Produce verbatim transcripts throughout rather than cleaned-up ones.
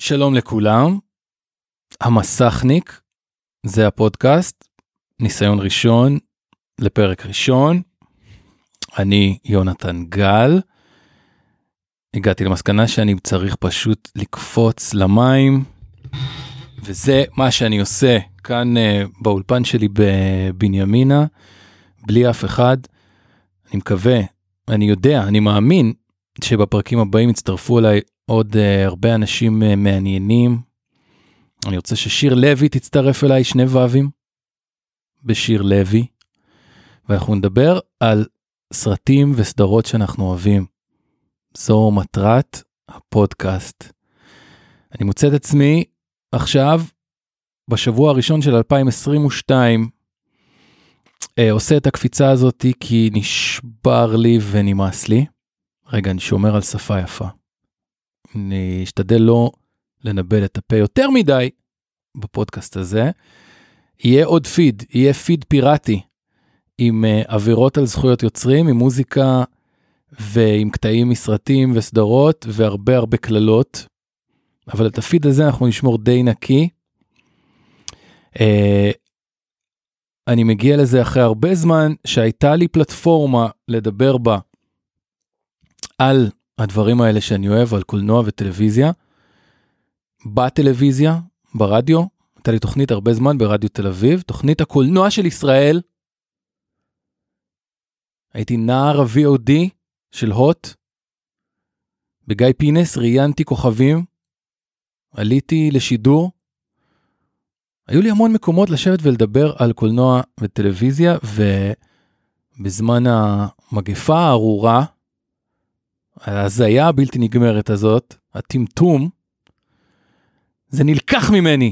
שלום לכולם, המסכניק, זה הפודקאסט, ניסיון ראשון לפרק ראשון, אני יונתן גל, הגעתי למסקנה שאני צריך פשוט לקפוץ למים, וזה מה שאני עושה כאן uh, באולפן שלי בבנימינה, בלי אף אחד. אני מקווה, אני יודע, אני מאמין שבפרקים הבאים יצטרפו אליי עוד uh, הרבה אנשים uh, מעניינים. אני רוצה ששיר לוי תצטרף אליי, שני ובים בשיר לוי, ואנחנו נדבר על סרטים וסדרות שאנחנו אוהבים. זו מטרת הפודקאסט. אני מוצא את עצמי עכשיו, בשבוע הראשון של אלפיים עשרים ושתיים, אה, עושה את הקפיצה הזאת כי נשבר לי ונמאס לי. רגע, אני שומר על שפה יפה. אני אשתדל לא לנבל את הפה יותר מדי בפודקאסט הזה. יהיה עוד פיד, יהיה פיד פיראטי, עם uh, עבירות על זכויות יוצרים, עם מוזיקה ועם קטעים מסרטים וסדרות, והרבה הרבה כללות. אבל את הפיד הזה אנחנו נשמור די נקי. Uh, אני מגיע לזה אחרי הרבה זמן, שהייתה לי פלטפורמה לדבר בה, על הדברים האלה שאני אוהב, על קולנוע וטלוויזיה, בטלוויזיה, ברדיו, הייתה לי תוכנית הרבה זמן ברדיו תל אביב, תוכנית הקולנוע של ישראל, הייתי נער ה-וי או די של הוט, בגיא פינס ראיינתי כוכבים, עליתי לשידור, היו לי המון מקומות לשבת ולדבר על קולנוע וטלוויזיה, ובזמן המגפה הארורה, ההזיה הבלתי נגמרת הזאת, הטמטום, זה נלקח ממני.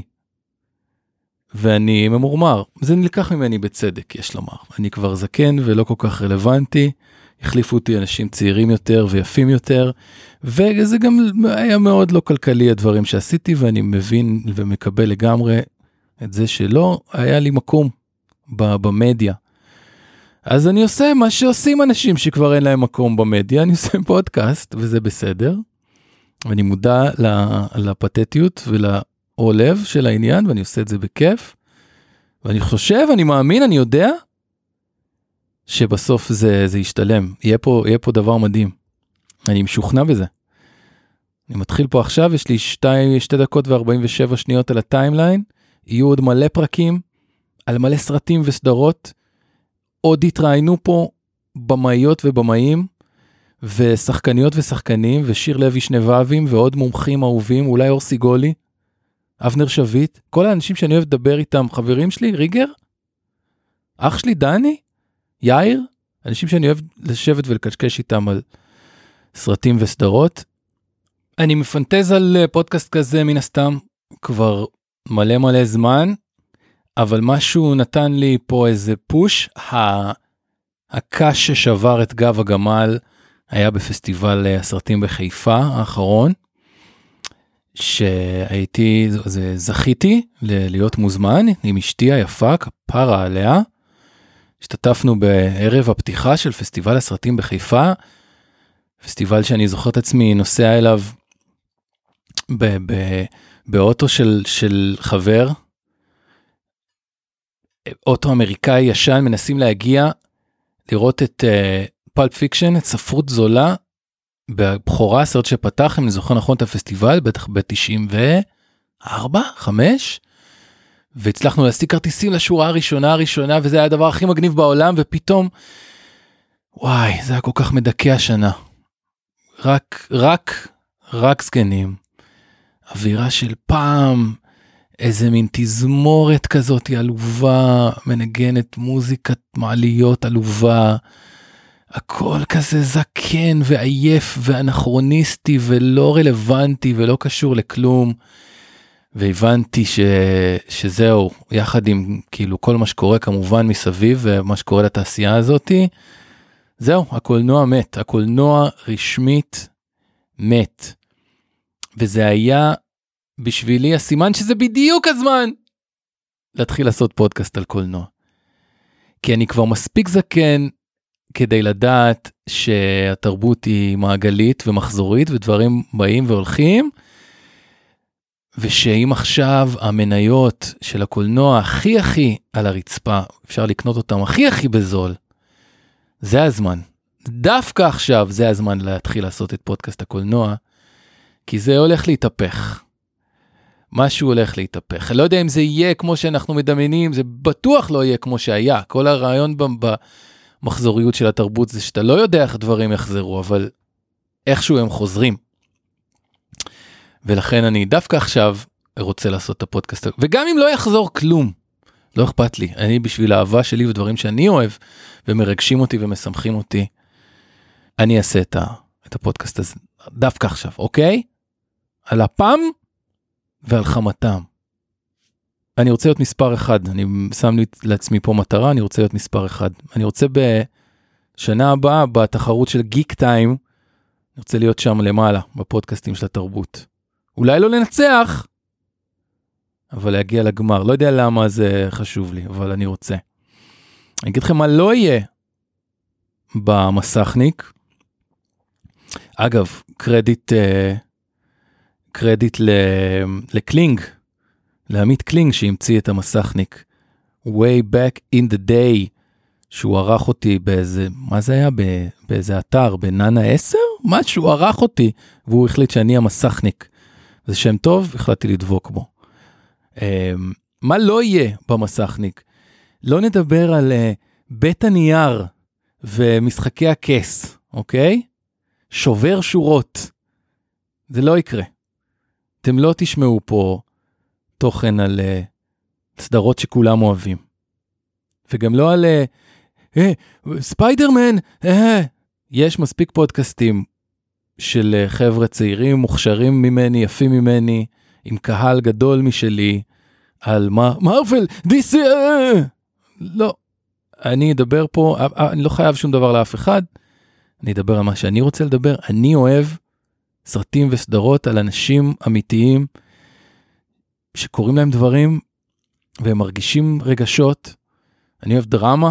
ואני ממורמר, זה נלקח ממני בצדק, יש לומר. אני כבר זקן ולא כל כך רלוונטי, החליפו אותי אנשים צעירים יותר ויפים יותר, וזה גם היה מאוד לא כלכלי הדברים שעשיתי, ואני מבין ומקבל לגמרי את זה שלא היה לי מקום במדיה. אז אני עושה מה שעושים אנשים שכבר אין להם מקום במדיה, אני עושה פודקאסט, וזה בסדר. ואני מודע לפתטיות ולעולב של העניין, ואני עושה את זה בכיף. ואני חושב, אני מאמין, אני יודע, שבסוף זה, זה ישתלם. יהיה פה, יהיה פה דבר מדהים. אני משוכנע בזה. אני מתחיל פה עכשיו, יש לי שתי, שתי דקות וארבעים ושבע שניות על הטיימליין, יהיו עוד מלא פרקים, על מלא סרטים וסדרות, עוד התראינו פה במאיות ובמאים, ושחקניות ושחקנים, ושיר לוי שני ובים, ועוד מומחים אהובים, אולי אור סיגולי, אבנר שביט, כל האנשים שאני אוהב לדבר איתם, חברים שלי, ריגר, אח שלי דני, יאיר, אנשים שאני אוהב לשבת ולקשקש איתם על סרטים וסדרות. אני מפנטז על פודקאסט כזה מן הסתם, כבר מלא מלא זמן, אבל משהו נתן לי פה איזה פוש, הקש ששבר את גב הגמל, היה בפסטיבל הסרטים בחיפה האחרון, שהייתי, זה, זכיתי להיות מוזמן עם אשתי היפה, כפרה עליה, השתתפנו בערב הפתיחה של פסטיבל הסרטים בחיפה, פסטיבל שאני זוכר את עצמי נוסע אליו ב, ב, באוטו של, של חבר, אוטו אמריקאי ישן, מנסים להגיע, לראות את פולפ uh, פיקשן, את ספרות זולה, בבחורה, הסרט שפתח, אם אני זוכר נכון את הפסטיבל, בטח ב-תשעים וארבע, חמש, והצלחנו להשיג כרטיסים לשורה הראשונה הראשונה, וזה היה הדבר הכי מגניב בעולם, ופתאום, וואי, זה היה כל כך מדכא השנה. רק, רק, רק סגנים. אווירה של פעם, איזה מין תזמורת כזאת עלובה, מנגנת מוזיקת מעליות עלובה, הכל כזה זקן ועייף ואנכרוניסטי ולא רלוונטי ולא קשור לכלום, והבנתי ש... שזהו, יחד עם כאילו כל מה שקורה כמובן מסביב ומה שקורה לתעשייה הזאת, זהו, הקולנוע מת, הקולנוע רשמית מת, וזה היה בשבילי הסימן שזה בדיוק הזמן להתחיל לעשות פודקאסט על קולנוע. כי אני כבר מספיק זקן כדי לדעת שהתרבות היא מעגלית ומחזורית ודברים באים והולכים, ושאם עכשיו המניות של הקולנוע הכי הכי על הרצפה, אפשר לקנות אותם הכי הכי בזול, זה הזמן. דווקא עכשיו זה הזמן להתחיל לעשות את פודקאסט הקולנוע, כי זה הולך להתהפך. משהו הולך להתהפך. אני לא יודע אם זה יהיה כמו שאנחנו מדמיינים, זה בטוח לא יהיה כמו שהיה. כל הרעיון במחזוריות של התרבות זה שאתה לא יודע איך דברים יחזרו, אבל איכשהו הם חוזרים. ולכן אני דווקא עכשיו רוצה לעשות את הפודקאסט. וגם אם לא יחזור כלום, לא אכפת לי. אני בשביל האהבה שלי ודברים שאני אוהב, ומרגשים אותי ומשמחים אותי, אני אעשה את, ה, את הפודקאסט הזה דווקא עכשיו, אוקיי? על הפעם ועל חמתם. אני רוצה להיות מספר אחד, אני שם לי לעצמי פה מטרה, אני רוצה להיות מספר אחד. אני רוצה בשנה הבאה, בתחרות של גיק טיים, אני רוצה להיות שם למעלה, בפודקאסטים של התרבות. אולי לא לנצח, אבל להגיע לגמר. לא יודע למה זה חשוב לי, אבל אני רוצה. אני אגיד לכם מה לא יהיה במסכניק. אגב, קרדיט, קרדיט לקלינג, לעמית קלינג שהמציא את המסכניק. way back in the day, שהוא ערך אותי באיזה, מה זה היה? באיזה אתר, בננה עשר? משהו ערך אותי, והוא החליט שאני המסכניק. זה שם טוב, החלטתי לדבוק בו. מה לא יהיה במסכניק? לא נדבר על בית הנייר ומשחקי הכס, אוקיי? שובר שורות. זה לא יקרה. אתם לא תשמעו פה תוכן על סדרות שכולם אוהבים. וגם לא על אה, ספיידרמן. אה. יש מספיק פודקאסטים של חבר'ה צעירים, מוכשרים ממני, יפים ממני, עם קהל גדול משלי, על מה, מרוול, דיסי, אה. לא. אני אדבר פה, אני לא חייב שום דבר לאף אחד, אני אדבר על מה שאני רוצה לדבר, אני אוהב סרטים וסדרות על אנשים אמיתיים, שקוראים להם דברים, והם מרגישים רגשות, אני אוהב דרמה,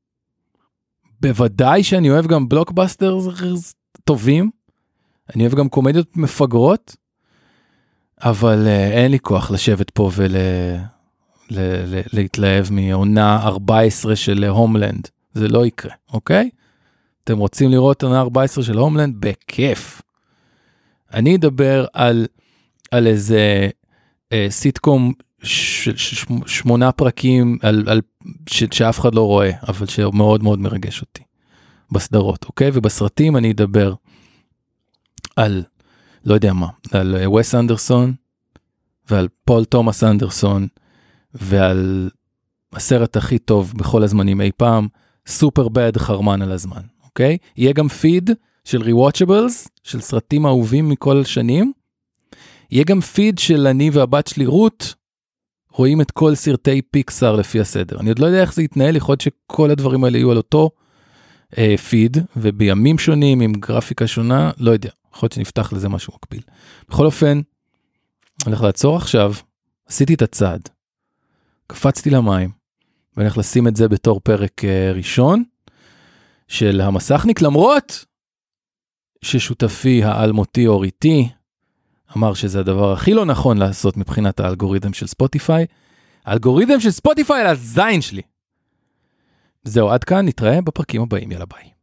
בוודאי שאני אוהב גם בלוקבאסטר טובים, אני אוהב גם קומדיות מפגרות, אבל uh, אין לי כוח לשבת פה ול... ל- ל- להתלהב מעונה ארבע עשרה של הומלנד, זה לא יקרה, אוקיי? אתם רוצים לראות עונה ארבע עשרה של הומלנד? בכיף. אני אדבר על, על איזה אה, סיטקום ש- ש- שמונה פרקים, על, על, ש- שאף אחד לא רואה, אבל שמאוד מאוד מרגש אותי בסדרות, אוקיי? ובסרטים אני אדבר על, לא יודע מה, על ווס אנדרסון, ועל פול תומאס אנדרסון, ועל הסרט הכי טוב בכל הזמנים אי פעם, סופר בד חרמן על הזמן, אוקיי? יהיה גם פיד של ריוואצ'בלס, של סרטים אהובים מכל השנים, יהיה גם פיד של אני והבת שלי רות, רואים את כל סרטי פיקסאר לפי הסדר. אני עוד לא יודע איך זה יתנהל, יכול להיות שכל הדברים האלה יהיו על אותו אה, פיד, ובימים שונים, עם גרפיקה שונה, לא יודע, יכול להיות שנפתח לזה משהו מקביל. בכל אופן, אני הולך לעצור עכשיו, עשיתי את הצעד, קפצתי למים, ואני הולך לשים את זה בתור פרק uh, ראשון, של המסכניק, למרות ששותפי האלמותי אוריתי, אמר שזה הדבר הכי לא נכון לעשות מבחינת האלגוריתם של ספוטיפיי, האלגוריתם של ספוטיפיי על הזין שלי. זהו, עד כאן, נתראה בפרקים הבאים, יאללה ביי.